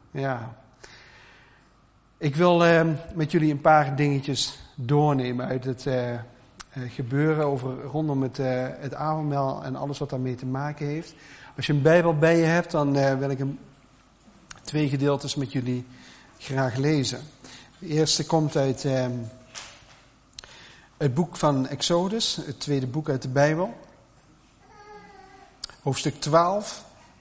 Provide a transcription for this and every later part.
Ja. Ik wil met jullie een paar dingetjes doornemen uit het gebeuren rondom het avondmaal en alles wat daarmee te maken heeft. Als je een Bijbel bij je hebt, dan wil ik 2 gedeeltes met jullie graag lezen. De eerste komt uit het boek van Exodus, het tweede boek uit de Bijbel. Hoofdstuk 12.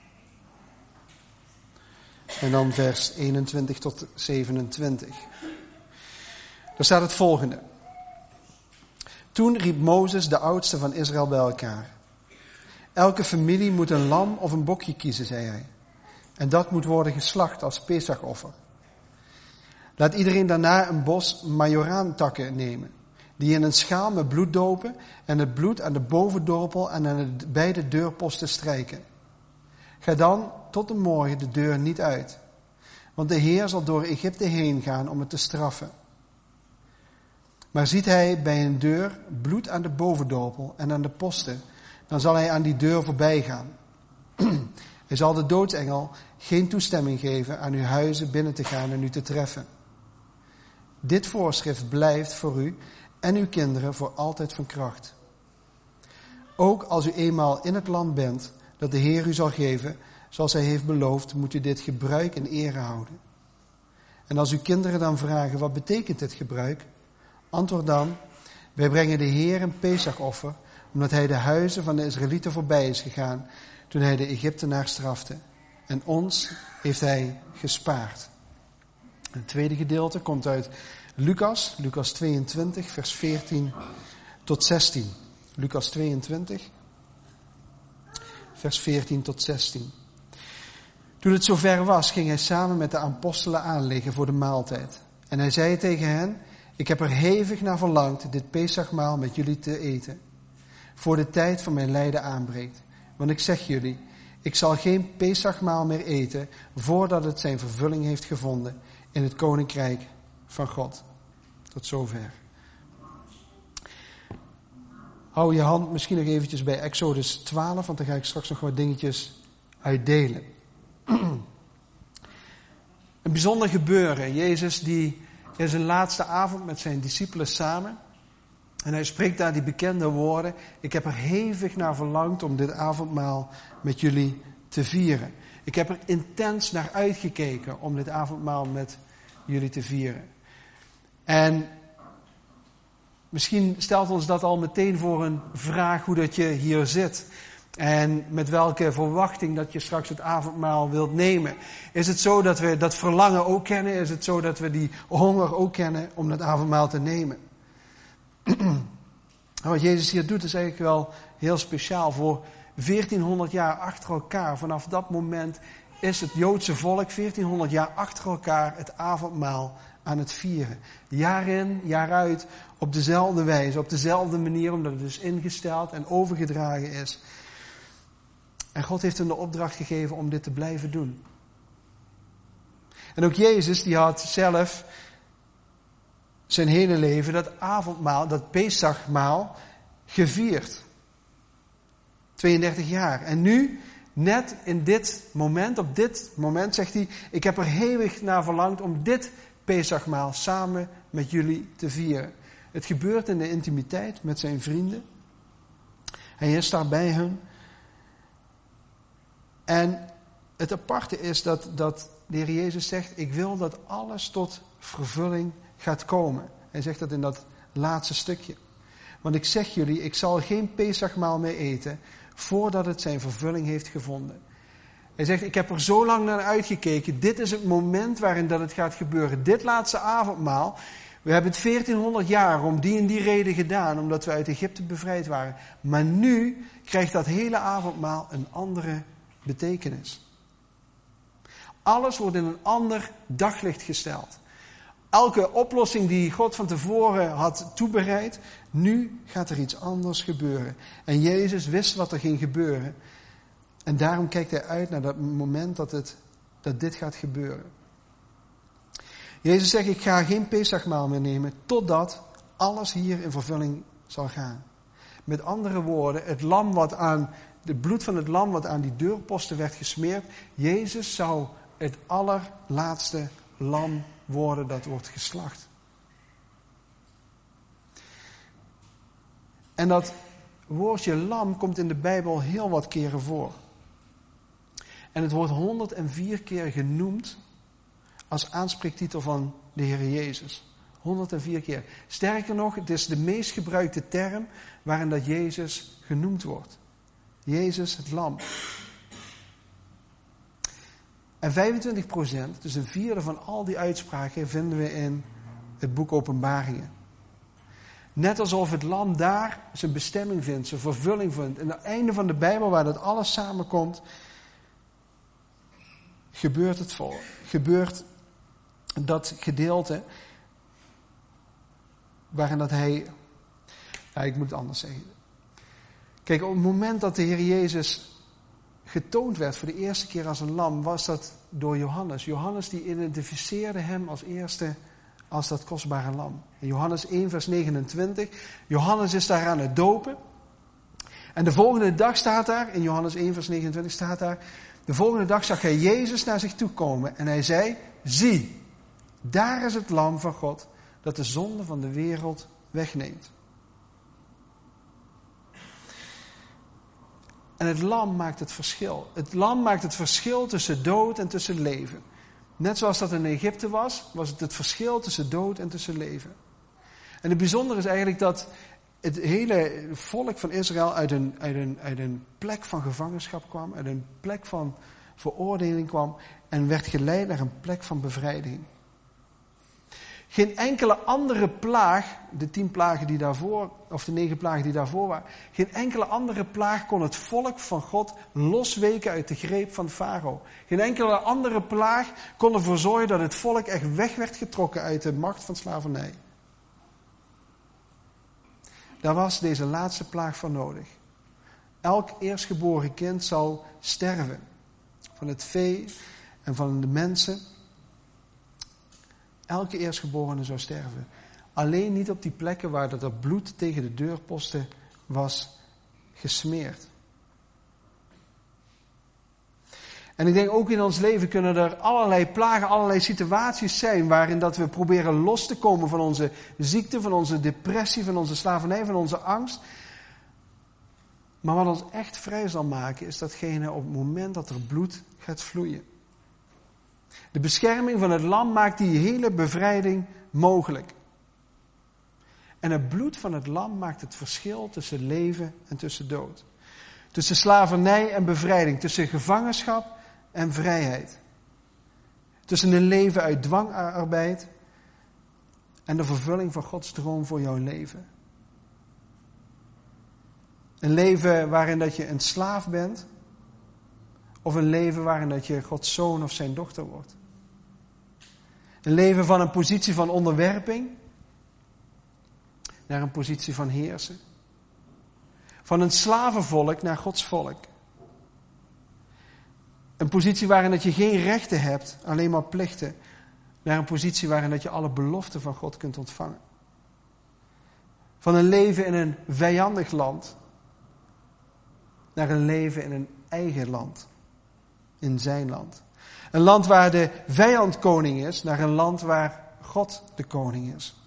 En dan vers 21 tot 27. Daar staat het volgende. Toen riep Mozes de oudsten van Israël bij elkaar. Elke familie moet een lam of een bokje kiezen, zei hij. En dat moet worden geslacht als Pesachoffer. Laat iedereen daarna een bos majoraantakken nemen, die in een schaal met bloed dopen en het bloed aan de bovendorpel en aan de beide deurposten strijken. Ga dan tot de morgen de deur niet uit, want de Heer zal door Egypte heen gaan om het te straffen. Maar ziet hij bij een deur bloed aan de bovendorpel en aan de posten, dan zal hij aan die deur voorbij gaan. Hij zal de doodsengel geen toestemming geven aan uw huizen binnen te gaan en u te treffen. Dit voorschrift blijft voor u en uw kinderen voor altijd van kracht. Ook als u eenmaal in het land bent dat de Heer u zal geven, zoals hij heeft beloofd, moet u dit gebruik in ere houden. En als uw kinderen dan vragen, wat betekent dit gebruik? Antwoord dan, wij brengen de Heer een Pesachoffer, omdat hij de huizen van de Israëlieten voorbij is gegaan toen hij de Egyptenaar strafte. En ons heeft hij gespaard. Het tweede gedeelte komt uit Lucas 22, vers 14 tot 16. Lucas 22, vers 14 tot 16. Toen het zover was, ging hij samen met de apostelen aanliggen voor de maaltijd. En hij zei tegen hen, ik heb er hevig naar verlangd dit Pesachmaal met jullie te eten, voor de tijd van mijn lijden aanbreekt. Want ik zeg jullie, ik zal geen Pesachmaal meer eten, voordat het zijn vervulling heeft gevonden in het koninkrijk van God. Tot zover. Hou je hand misschien nog eventjes bij Exodus 12, want daar ga ik straks nog wat dingetjes uitdelen. Een bijzonder gebeuren. Jezus die is zijn laatste avond met zijn discipelen samen. En hij spreekt daar die bekende woorden. Ik heb er hevig naar verlangd om dit avondmaal met jullie te vieren. Ik heb er intens naar uitgekeken om dit avondmaal met jullie te vieren. En misschien stelt ons dat al meteen voor een vraag hoe dat je hier zit. En met welke verwachting dat je straks het avondmaal wilt nemen. Is het zo dat we dat verlangen ook kennen? Is het zo dat we die honger ook kennen om dat avondmaal te nemen? Wat Jezus hier doet is eigenlijk wel heel speciaal. Voor 1400 jaar achter elkaar, vanaf dat moment is het Joodse volk 1400 jaar achter elkaar het avondmaal aan het vieren. Jaar in, jaar uit, op dezelfde wijze, op dezelfde manier, omdat het dus ingesteld en overgedragen is. En God heeft hem de opdracht gegeven om dit te blijven doen. En ook Jezus, die had zelf zijn hele leven dat avondmaal, dat Pesachmaal, gevierd. 32 jaar. En nu, net in dit moment, op dit moment zegt hij, ik heb er hevig naar verlangd om dit Pesachmaal samen met jullie te vieren. Het gebeurt in de intimiteit met zijn vrienden. Hij is daar bij hen. En het aparte is dat de Heer Jezus zegt, ik wil dat alles tot vervulling gaat komen. Hij zegt dat in dat laatste stukje. Want ik zeg jullie, ik zal geen Pesachmaal meer eten, voordat het zijn vervulling heeft gevonden. Hij zegt, ik heb er zo lang naar uitgekeken, dit is het moment waarin dat het gaat gebeuren. Dit laatste avondmaal, we hebben het 1400 jaar om die en die reden gedaan, omdat we uit Egypte bevrijd waren. Maar nu krijgt dat hele avondmaal een andere betekenis. Alles wordt in een ander daglicht gesteld. Elke oplossing die God van tevoren had toebereid, nu gaat er iets anders gebeuren. En Jezus wist wat er ging gebeuren. En daarom kijkt hij uit naar dat moment dat dit gaat gebeuren. Jezus zegt, ik ga geen Pesachmaal meer nemen, totdat alles hier in vervulling zal gaan. Met andere woorden, het bloed van het lam wat aan die deurposten werd gesmeerd, Jezus zou het allerlaatste lam worden dat wordt geslacht. En dat woordje lam komt in de Bijbel heel wat keren voor. En het wordt 104 keer genoemd als aanspreektitel van de Heer Jezus. 104 keer. Sterker nog, het is de meest gebruikte term waarin dat Jezus genoemd wordt. Jezus het lam. En 25%, dus een vierde van al die uitspraken, vinden we in het boek Openbaringen. Net alsof het lam daar zijn bestemming vindt, zijn vervulling vindt. En aan het einde van de Bijbel, waar dat alles samenkomt, gebeurt dat gedeelte waarin dat hij... ik moet het anders zeggen. Kijk, op het moment dat de Heer Jezus getoond werd voor de eerste keer als een lam, was dat door Johannes. Johannes die identificeerde hem als eerste als dat kostbare lam. In Johannes 1 vers 29. Johannes is daar aan het dopen. En de volgende dag staat daar, in Johannes 1 vers 29 staat daar, de volgende dag zag hij Jezus naar zich toe komen en hij zei, zie, daar is het lam van God dat de zonde van de wereld wegneemt. En het lam maakt het verschil. Het lam maakt het verschil tussen dood en tussen leven. Net zoals dat in Egypte was het het verschil tussen dood en tussen leven. En het bijzondere is eigenlijk dat het hele volk van Israël uit een plek van gevangenschap kwam, uit een plek van veroordeling kwam en werd geleid naar een plek van bevrijding. Geen enkele andere plaag, de 10 plagen die daarvoor, of de 9 plagen die daarvoor waren, geen enkele andere plaag kon het volk van God losweken uit de greep van Farao. Geen enkele andere plaag kon ervoor zorgen dat het volk echt weg werd getrokken uit de macht van slavernij. Daar was deze laatste plaag voor nodig. Elk eerstgeboren kind zou sterven. Van het vee en van de mensen. Elke eerstgeborene zou sterven. Alleen niet op die plekken waar dat bloed tegen de deurposten was gesmeerd. En ik denk ook in ons leven kunnen er allerlei plagen, allerlei situaties zijn waarin dat we proberen los te komen van onze ziekte, van onze depressie, van onze slavernij, van onze angst. Maar wat ons echt vrij zal maken is datgene op het moment dat er bloed gaat vloeien. De bescherming van het lam maakt die hele bevrijding mogelijk. En het bloed van het lam maakt het verschil tussen leven en tussen dood. Tussen slavernij en bevrijding. Tussen gevangenschap en vrijheid. Tussen een leven uit dwangarbeid en de vervulling van Gods droom voor jouw leven. Een leven waarin dat je een slaaf bent. Of een leven waarin dat je Gods zoon of zijn dochter wordt. Een leven van een positie van onderwerping naar een positie van heersen. Van een slavenvolk naar Gods volk. Een positie waarin dat je geen rechten hebt, alleen maar plichten. Naar een positie waarin dat je alle beloften van God kunt ontvangen. Van een leven in een vijandig land naar een leven in een eigen land. In zijn land. Een land waar de vijand koning is, naar een land waar God de koning is.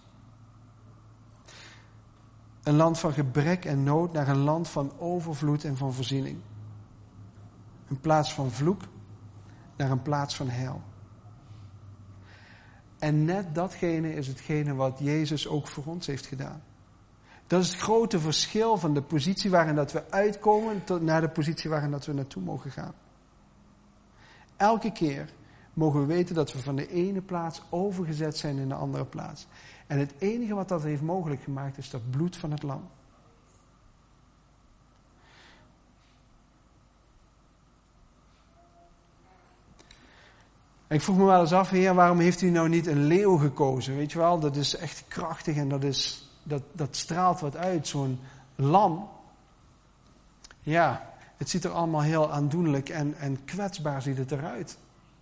Een land van gebrek en nood naar een land van overvloed en van voorziening. Een plaats van vloek naar een plaats van heil. En net datgene is hetgene wat Jezus ook voor ons heeft gedaan. Dat is het grote verschil van de positie waarin dat we uitkomen naar de positie waarin dat we naartoe mogen gaan. Elke keer mogen we weten dat we van de ene plaats overgezet zijn in de andere plaats. En het enige wat dat heeft mogelijk gemaakt is dat bloed van het lam. En ik vroeg me wel eens af, Heer, waarom heeft u nou niet een leeuw gekozen? Weet je wel, dat is echt krachtig en dat straalt wat uit, zo'n lam. Ja, het ziet er allemaal heel aandoenlijk en kwetsbaar ziet het eruit.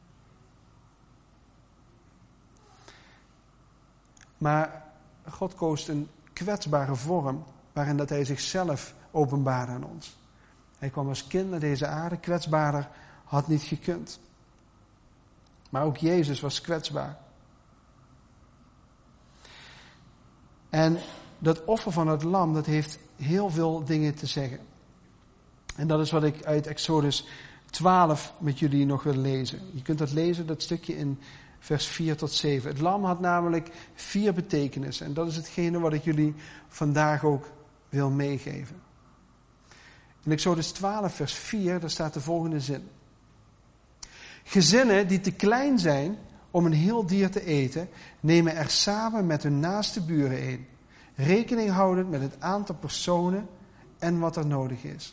Maar God koos een kwetsbare vorm waarin dat hij zichzelf openbaarde aan ons. Hij kwam als kind naar deze aarde, kwetsbaarder had niet gekund. Maar ook Jezus was kwetsbaar. En dat offer van het lam, dat heeft heel veel dingen te zeggen. En dat is wat ik uit Exodus 12 met jullie nog wil lezen. Je kunt dat lezen, dat stukje in vers 4 tot 7. Het lam had namelijk 4 betekenissen. En dat is hetgene wat ik jullie vandaag ook wil meegeven. In Exodus 12 vers 4, daar staat de volgende zin. Gezinnen die te klein zijn om een heel dier te eten, nemen er samen met hun naaste buren een. Rekening houdend met het aantal personen en wat er nodig is.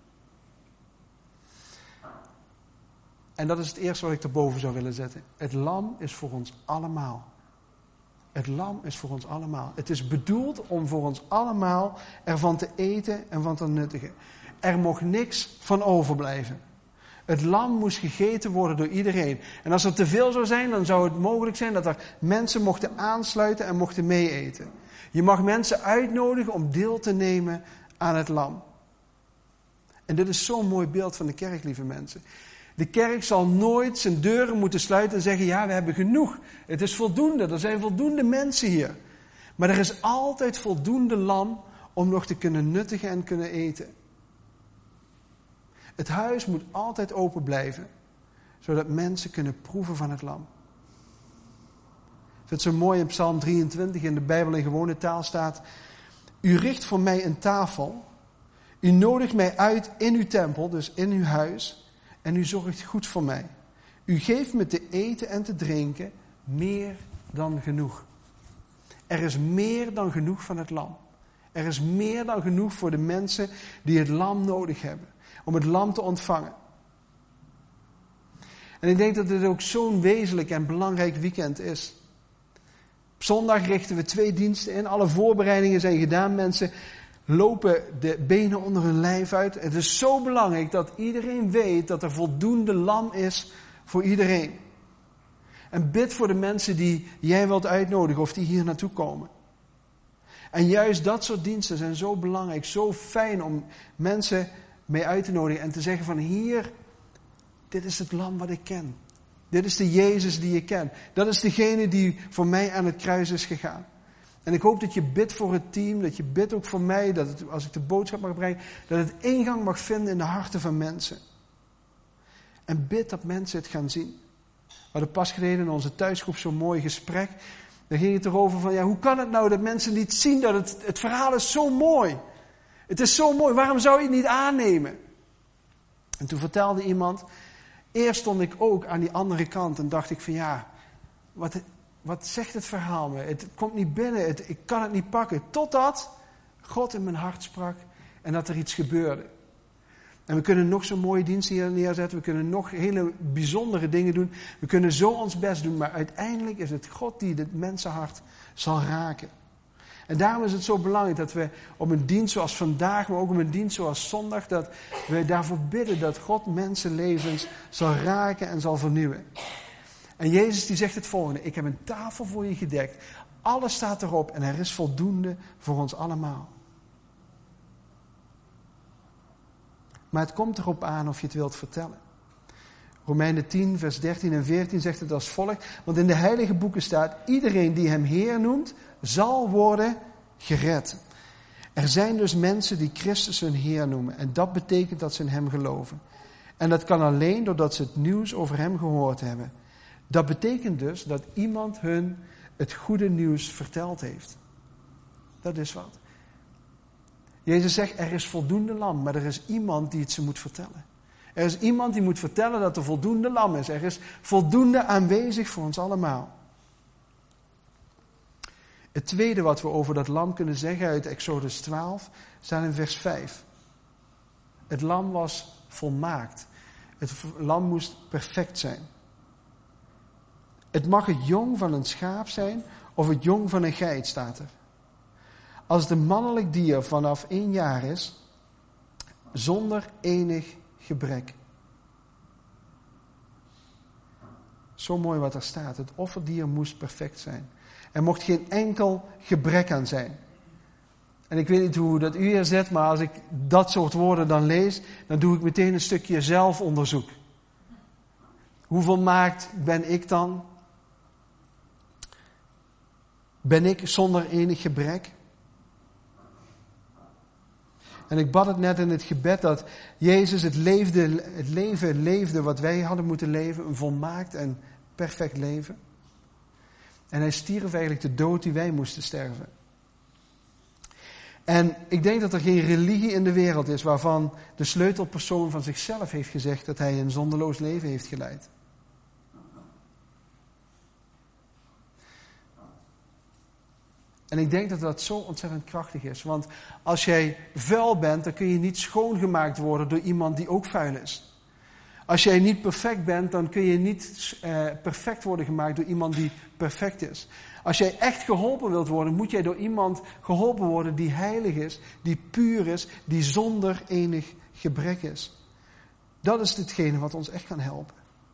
En dat is het eerste wat ik erboven zou willen zetten. Het lam is voor ons allemaal. Het lam is voor ons allemaal. Het is bedoeld om voor ons allemaal ervan te eten en van te nuttigen. Er mocht niks van overblijven. Het lam moest gegeten worden door iedereen. En als er te veel zou zijn, dan zou het mogelijk zijn dat er mensen mochten aansluiten en mochten meeeten. Je mag mensen uitnodigen om deel te nemen aan het lam. En dit is zo'n mooi beeld van de kerk, lieve mensen. De kerk zal nooit zijn deuren moeten sluiten en zeggen, ja, we hebben genoeg. Het is voldoende, er zijn voldoende mensen hier. Maar er is altijd voldoende lam om nog te kunnen nuttigen en kunnen eten. Het huis moet altijd open blijven, zodat mensen kunnen proeven van het lam. Ik vind het zo mooi in Psalm 23 in de Bijbel in gewone taal staat, u richt voor mij een tafel, u nodigt mij uit in uw tempel, dus in uw huis, en u zorgt goed voor mij. U geeft me te eten en te drinken meer dan genoeg. Er is meer dan genoeg van het lam. Er is meer dan genoeg voor de mensen die het lam nodig hebben. Om het lam te ontvangen. En ik denk dat dit ook zo'n wezenlijk en belangrijk weekend is. Op zondag richten we 2 diensten in. Alle voorbereidingen zijn gedaan. Mensen lopen de benen onder hun lijf uit. Het is zo belangrijk dat iedereen weet dat er voldoende lam is voor iedereen. En bid voor de mensen die jij wilt uitnodigen of die hier naartoe komen. En juist dat soort diensten zijn zo belangrijk, zo fijn om mensen mee uit te nodigen en te zeggen van hier, dit is het lam wat ik ken. Dit is de Jezus die ik ken. Dat is degene die voor mij aan het kruis is gegaan. En ik hoop dat je bidt voor het team, dat je bidt ook voor mij, dat het, als ik de boodschap mag brengen, dat het ingang mag vinden in de harten van mensen. En bid dat mensen het gaan zien. We hadden pas geleden in onze thuisgroep zo'n mooi gesprek. Daar ging het erover van, ja, hoe kan het nou dat mensen niet zien dat het verhaal is zo mooi. Het is zo mooi, waarom zou je het niet aannemen? En toen vertelde iemand, eerst stond ik ook aan die andere kant en dacht ik van ja, wat zegt het verhaal me? Het komt niet binnen, ik kan het niet pakken. Totdat God in mijn hart sprak en dat er iets gebeurde. En we kunnen nog zo'n mooie dienst hier neerzetten, we kunnen nog hele bijzondere dingen doen. We kunnen zo ons best doen, maar uiteindelijk is het God die het mensenhart zal raken. En daarom is het zo belangrijk dat we op een dienst zoals vandaag, maar ook op een dienst zoals zondag, dat we daarvoor bidden dat God mensenlevens zal raken en zal vernieuwen. En Jezus die zegt het volgende, ik heb een tafel voor je gedekt, alles staat erop en er is voldoende voor ons allemaal. Maar het komt erop aan of je het wilt vertellen. Romeinen 10 vers 13 en 14 zegt het als volgt, want in de heilige boeken staat, iedereen die hem Heer noemt, zal worden gered. Er zijn dus mensen die Christus hun Heer noemen. En dat betekent dat ze in hem geloven. En dat kan alleen doordat ze het nieuws over hem gehoord hebben. Dat betekent dus dat iemand hun het goede nieuws verteld heeft. Dat is wat. Jezus zegt, er is voldoende lam, maar er is iemand die het ze moet vertellen. Er is iemand die moet vertellen dat er voldoende lam is. Er is voldoende aanwezig voor ons allemaal. Het tweede wat we over dat lam kunnen zeggen uit Exodus 12 staat in vers 5. Het lam was volmaakt. Het lam moest perfect zijn. Het mag het jong van een schaap zijn of het jong van een geit, staat er. Als het een mannelijk dier vanaf 1 jaar is, zonder enig gebrek. Zo mooi wat er staat. Het offerdier moest perfect zijn. Er mocht geen enkel gebrek aan zijn. En ik weet niet hoe dat u hier zet, maar als ik dat soort woorden dan lees, dan doe ik meteen een stukje zelfonderzoek. Hoe volmaakt ben ik dan? Ben ik zonder enig gebrek? En ik bad het net in het gebed dat Jezus het leven leefde wat wij hadden moeten leven. Een volmaakt en perfect leven. En hij stierf eigenlijk de dood die wij moesten sterven. En ik denk dat er geen religie in de wereld is waarvan de sleutelpersoon van zichzelf heeft gezegd dat hij een zonderloos leven heeft geleid. En ik denk dat dat zo ontzettend krachtig is. Want als jij vuil bent, dan kun je niet schoongemaakt worden door iemand die ook vuil is. Als jij niet perfect bent, dan kun je niet perfect worden gemaakt door iemand die perfect is. Als jij echt geholpen wilt worden, moet jij door iemand geholpen worden die heilig is, die puur is, die zonder enig gebrek is. Dat is hetgene wat ons echt kan helpen.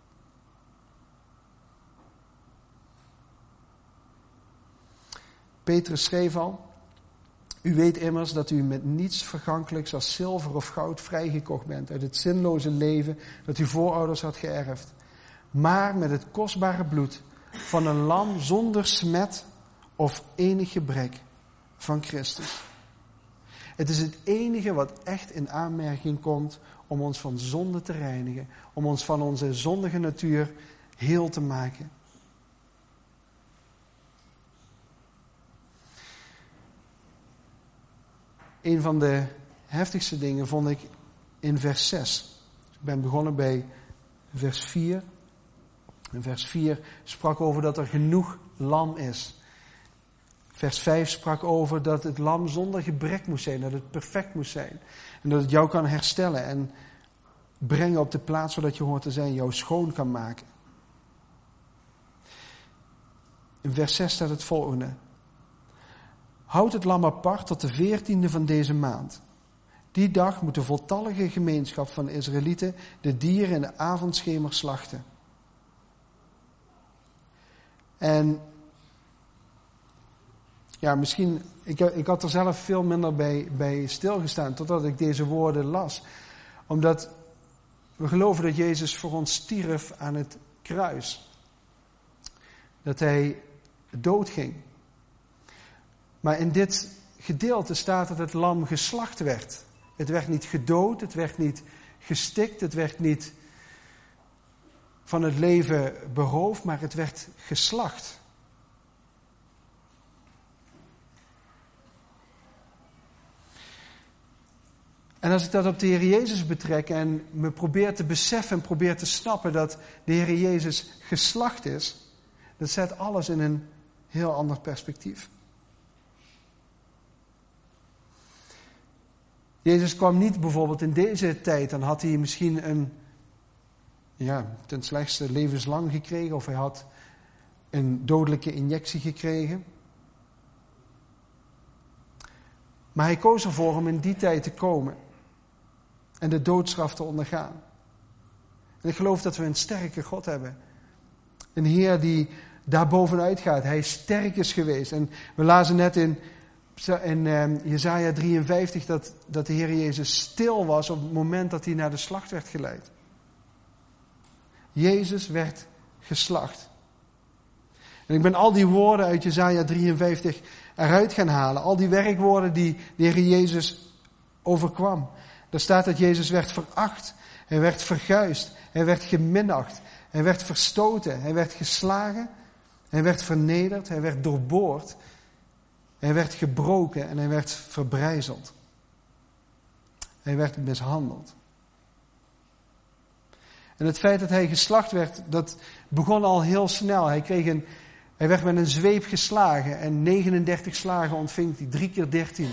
Petrus schreef al, u weet immers dat u met niets vergankelijks als zilver of goud vrijgekocht bent uit het zinloze leven dat uw voorouders had geërfd, maar met het kostbare bloed van een lam zonder smet of enig gebrek van Christus. Het is het enige wat echt in aanmerking komt om ons van zonde te reinigen, om ons van onze zondige natuur heel te maken. Een van de heftigste dingen vond ik in vers 6. Ik ben begonnen bij vers 4. En vers 4 sprak over dat er genoeg lam is. Vers 5 sprak over dat het lam zonder gebrek moest zijn, dat het perfect moest zijn. En dat het jou kan herstellen en brengen op de plaats waar je hoort te zijn, jou schoon kan maken. In vers 6 staat het volgende. Houd het lam apart tot de 14e van deze maand. Die dag moet de voltallige gemeenschap van de Israëlieten de dieren in de avondschemer slachten. En ja, misschien, ik had er zelf veel minder bij stilgestaan totdat ik deze woorden las. Omdat we geloven dat Jezus voor ons stierf aan het kruis. Dat hij doodging. Maar in dit gedeelte staat dat het lam geslacht werd. Het werd niet gedood, het werd niet gestikt, het werd niet van het leven beroofd, maar het werd geslacht. En als ik dat op de Heer Jezus betrek en me probeer te beseffen en probeer te snappen dat de Heer Jezus geslacht is, dat zet alles in een heel ander perspectief. Jezus kwam niet bijvoorbeeld in deze tijd, dan had hij misschien ten slechtste levenslang gekregen of hij had een dodelijke injectie gekregen. Maar hij koos ervoor om in die tijd te komen en de doodstraf te ondergaan. En ik geloof dat we een sterke God hebben. Een Heer die daar bovenuit gaat. Hij sterk is geweest. En we lazen net in Jesaja 53 dat de Heer Jezus stil was op het moment dat hij naar de slacht werd geleid. Jezus werd geslacht. En ik ben al die woorden uit Jesaja 53 eruit gaan halen. Al die werkwoorden die de Heer Jezus overkwam. Daar staat dat Jezus werd veracht. Hij werd verguisd. Hij werd geminacht. Hij werd verstoten. Hij werd geslagen. Hij werd vernederd. Hij werd doorboord. Hij werd gebroken en hij werd verbrijzeld. Hij werd mishandeld. En het feit dat hij geslacht werd, dat begon al heel snel. Hij werd met een zweep geslagen en 39 slagen ontving hij, 3 keer 13.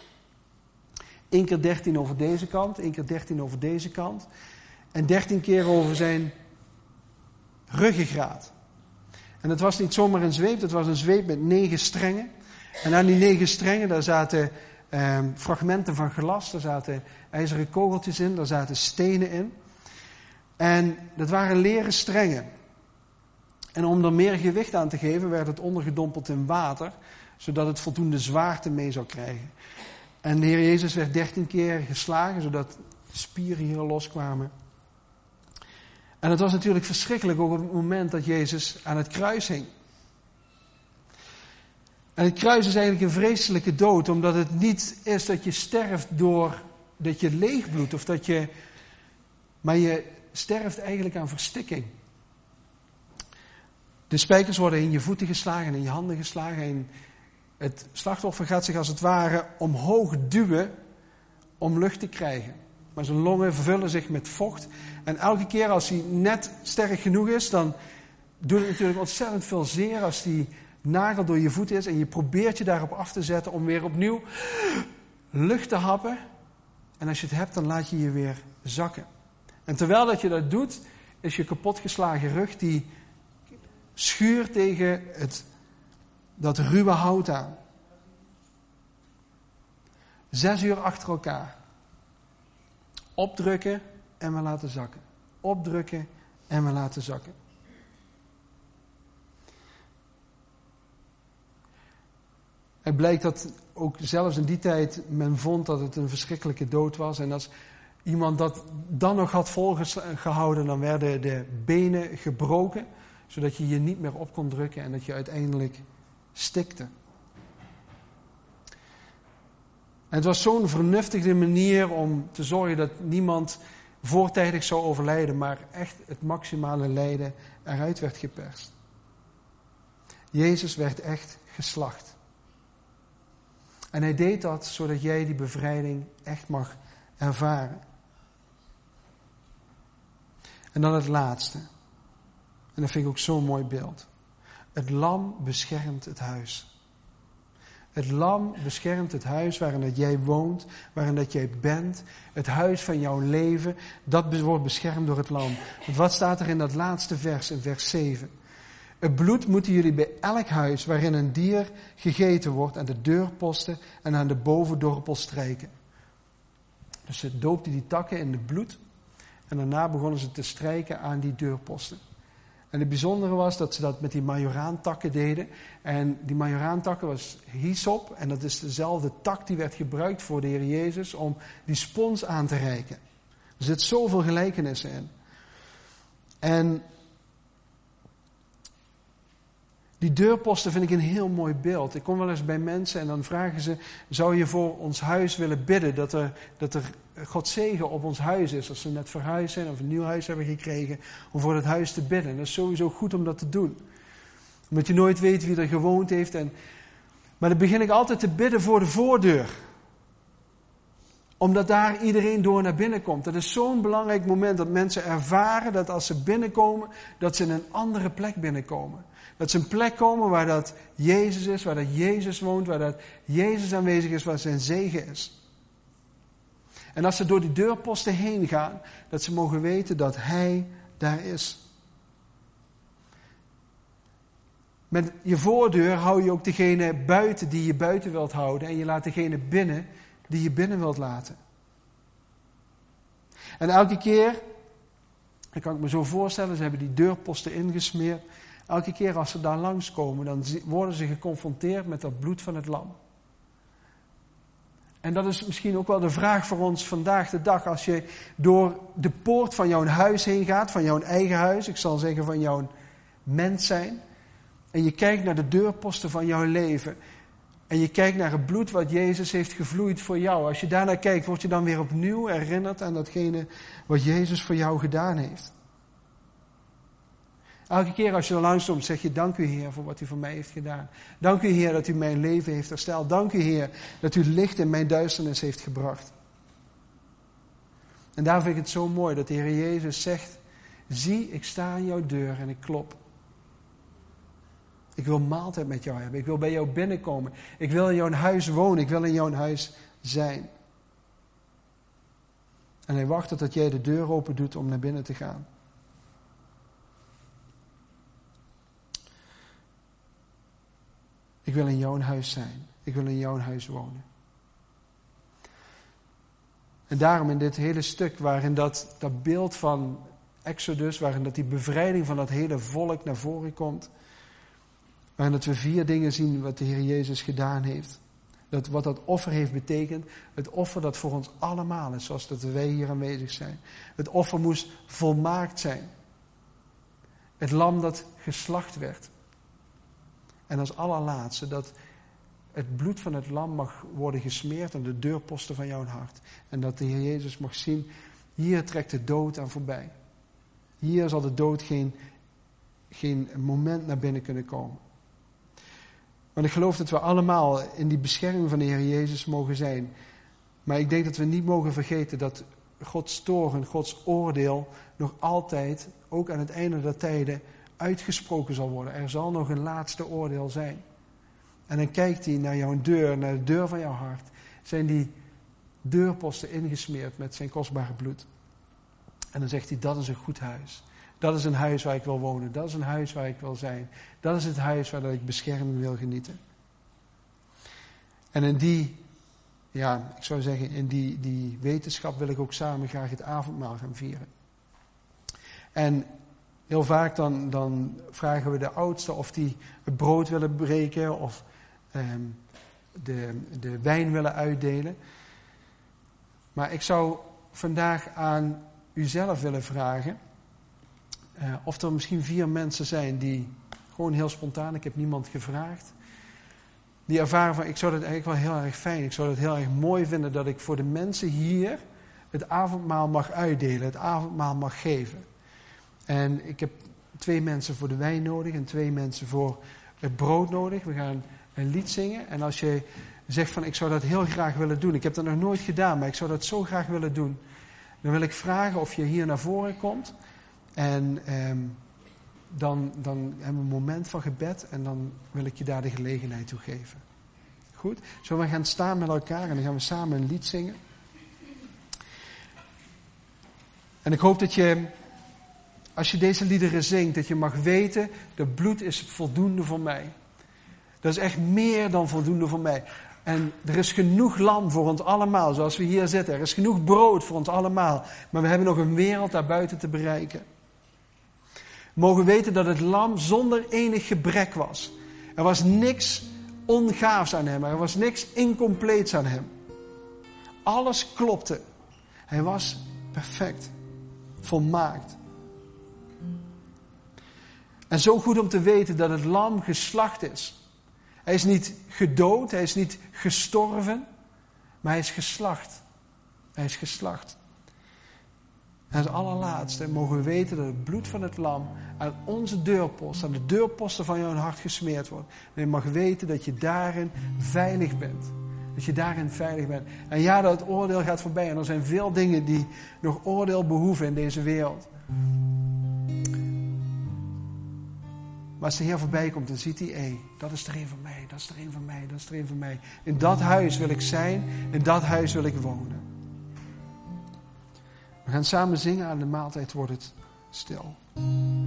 1 keer 13 over deze kant, 1 keer 13 over deze kant. En 13 keer over zijn ruggengraat. En het was niet zomaar een zweep, het was een zweep met 9 strengen. En aan die 9 strengen, daar zaten fragmenten van glas, daar zaten ijzeren kogeltjes in, daar zaten stenen in. En dat waren leren strengen. En om er meer gewicht aan te geven, werd het ondergedompeld in water, zodat het voldoende zwaarte mee zou krijgen. En de Heer Jezus werd 13 keer geslagen, zodat de spieren hier loskwamen. En het was natuurlijk verschrikkelijk ook op het moment dat Jezus aan het kruis hing. En het kruis is eigenlijk een vreselijke dood, omdat het niet is dat je sterft door dat je leegbloedt of dat je... Maar je sterft eigenlijk aan verstikking. De spijkers worden in je voeten geslagen en in je handen geslagen. En het slachtoffer gaat zich als het ware omhoog duwen om lucht te krijgen. Maar zijn longen vullen zich met vocht. En elke keer als hij net sterk genoeg is, dan doet het natuurlijk ontzettend veel zeer als die nagel door je voet is. En je probeert je daarop af te zetten om weer opnieuw lucht te happen. En als je het hebt, dan laat je je weer zakken. En terwijl dat je dat doet, is je kapotgeslagen rug die schuurt tegen dat ruwe hout aan. 6 uur achter elkaar. Opdrukken en weer laten zakken. Opdrukken en weer laten zakken. Het blijkt dat ook zelfs in die tijd men vond dat het een verschrikkelijke dood was. En als iemand dat dan nog had volgehouden, dan werden de benen gebroken. Zodat je je niet meer op kon drukken en dat je uiteindelijk stikte. En het was zo'n vernuftige manier om te zorgen dat niemand voortijdig zou overlijden, maar echt het maximale lijden eruit werd geperst. Jezus werd echt geslacht. En hij deed dat zodat jij die bevrijding echt mag ervaren. En dan het laatste. En dat vind ik ook zo'n mooi beeld. Het lam beschermt het huis. Het lam beschermt het huis waarin dat jij woont, waarin dat jij bent. Het huis van jouw leven, dat wordt beschermd door het lam. Want wat staat er in dat laatste vers, in vers 7? Het bloed moeten jullie bij elk huis waarin een dier gegeten wordt aan de deurposten en aan de bovendorpel strijken. Dus ze doopten die takken in het bloed en daarna begonnen ze te strijken aan die deurposten. En het bijzondere was dat ze dat met die majoraantakken deden. En die majoraantakken was hyssop. En dat is dezelfde tak die werd gebruikt voor de Heer Jezus om die spons aan te reiken. Er zit zoveel gelijkenissen in. En die deurposten vind ik een heel mooi beeld. Ik kom wel eens bij mensen en dan vragen ze, zou je voor ons huis willen bidden dat er Gods zegen op ons huis is, als ze net verhuisd zijn of een nieuw huis hebben gekregen, om voor het huis te bidden. En dat is sowieso goed om dat te doen. Omdat je nooit weet wie er gewoond heeft. Maar dan begin ik altijd te bidden voor de voordeur. Omdat daar iedereen door naar binnen komt. Dat is zo'n belangrijk moment dat mensen ervaren dat als ze binnenkomen, dat ze in een andere plek binnenkomen. Dat ze een plek komen waar dat Jezus is, waar dat Jezus woont, waar dat Jezus aanwezig is, waar zijn zegen is. En als ze door die deurposten heen gaan, dat ze mogen weten dat Hij daar is. Met je voordeur hou je ook degene buiten die je buiten wilt houden. En je laat degene binnen die je binnen wilt laten. En elke keer, dat kan ik me zo voorstellen, ze hebben die deurposten ingesmeerd. Elke keer als ze daar langskomen, dan worden ze geconfronteerd met dat bloed van het lam. En dat is misschien ook wel de vraag voor ons vandaag de dag. Als je door de poort van jouw huis heen gaat, van jouw eigen huis, ik zal zeggen van jouw mens zijn. En je kijkt naar de deurposten van jouw leven. En je kijkt naar het bloed wat Jezus heeft gevloeid voor jou. Als je daarnaar kijkt, word je dan weer opnieuw herinnerd aan datgene wat Jezus voor jou gedaan heeft. Elke keer als je er langskomt, zeg je dank u Heer voor wat u voor mij heeft gedaan. Dank u Heer dat u mijn leven heeft hersteld. Dank u Heer dat u licht in mijn duisternis heeft gebracht. En daar vind ik het zo mooi dat de Heer Jezus zegt, zie ik sta aan jouw deur en ik klop. Ik wil maaltijd met jou hebben. Ik wil bij jou binnenkomen. Ik wil in jouw huis wonen. Ik wil in jouw huis zijn. En hij wacht tot jij de deur open doet om naar binnen te gaan. Ik wil in jouw huis zijn. Ik wil in jouw huis wonen. En daarom in dit hele stuk waarin dat beeld van Exodus, waarin dat die bevrijding van dat hele volk naar voren komt, waarin dat we 4 dingen zien wat de Heer Jezus gedaan heeft. Wat dat offer heeft betekend. Het offer dat voor ons allemaal is, zoals dat wij hier aanwezig zijn. Het offer moest volmaakt zijn. Het lam dat geslacht werd. En als allerlaatste dat het bloed van het lam mag worden gesmeerd aan de deurposten van jouw hart. En dat de Heer Jezus mag zien, hier trekt de dood aan voorbij. Hier zal de dood geen moment naar binnen kunnen komen. Want ik geloof dat we allemaal in die bescherming van de Heer Jezus mogen zijn. Maar ik denk dat we niet mogen vergeten dat Gods toorn, Gods oordeel nog altijd, ook aan het einde der tijden, uitgesproken zal worden. Er zal nog een laatste oordeel zijn. En dan kijkt hij naar jouw deur, naar de deur van jouw hart. Zijn die deurposten ingesmeerd met zijn kostbare bloed. En dan zegt hij, dat is een goed huis. Dat is een huis waar ik wil wonen. Dat is een huis waar ik wil zijn. Dat is het huis waar ik bescherming wil genieten. En in die wetenschap wil ik ook samen graag het avondmaal gaan vieren. En heel vaak dan vragen we de oudsten of die het brood willen breken of de wijn willen uitdelen. Maar ik zou vandaag aan uzelf willen vragen of er misschien 4 mensen zijn die gewoon heel spontaan, ik heb niemand gevraagd, die ervaren van ik zou dat eigenlijk wel heel erg fijn, ik zou dat heel erg mooi vinden dat ik voor de mensen hier het avondmaal mag uitdelen, het avondmaal mag geven. En ik heb 2 mensen voor de wijn nodig en 2 mensen voor het brood nodig. We gaan een lied zingen. En als je zegt van ik zou dat heel graag willen doen. Ik heb dat nog nooit gedaan, maar ik zou dat zo graag willen doen. Dan wil ik vragen of je hier naar voren komt. En dan hebben we een moment van gebed. En dan wil ik je daar de gelegenheid toe geven. Goed? Zo, we gaan staan met elkaar en dan gaan we samen een lied zingen. En ik hoop dat je, als je deze liederen zingt, dat je mag weten, dat bloed is voldoende voor mij. Dat is echt meer dan voldoende voor mij. En er is genoeg lam voor ons allemaal, zoals we hier zitten. Er is genoeg brood voor ons allemaal. Maar we hebben nog een wereld daarbuiten te bereiken. We mogen weten dat het lam zonder enig gebrek was. Er was niks ongaafs aan hem. Er was niks incompleets aan hem. Alles klopte. Hij was perfect. Volmaakt. En zo goed om te weten dat het lam geslacht is. Hij is niet gedood, hij is niet gestorven, maar hij is geslacht. Hij is geslacht. En als allerlaatste mogen we weten dat het bloed van het lam aan onze deurpost, aan de deurposten van jouw hart gesmeerd wordt. En je mag weten dat je daarin veilig bent. Dat je daarin veilig bent. En ja, dat het oordeel gaat voorbij. En er zijn veel dingen die nog oordeel behoeven in deze wereld. Maar als de Heer voorbij komt, dan ziet hij, dat is er een van mij, dat is er een van mij, dat is er een van mij. In dat huis wil ik zijn, in dat huis wil ik wonen. We gaan samen zingen, aan de maaltijd wordt het stil.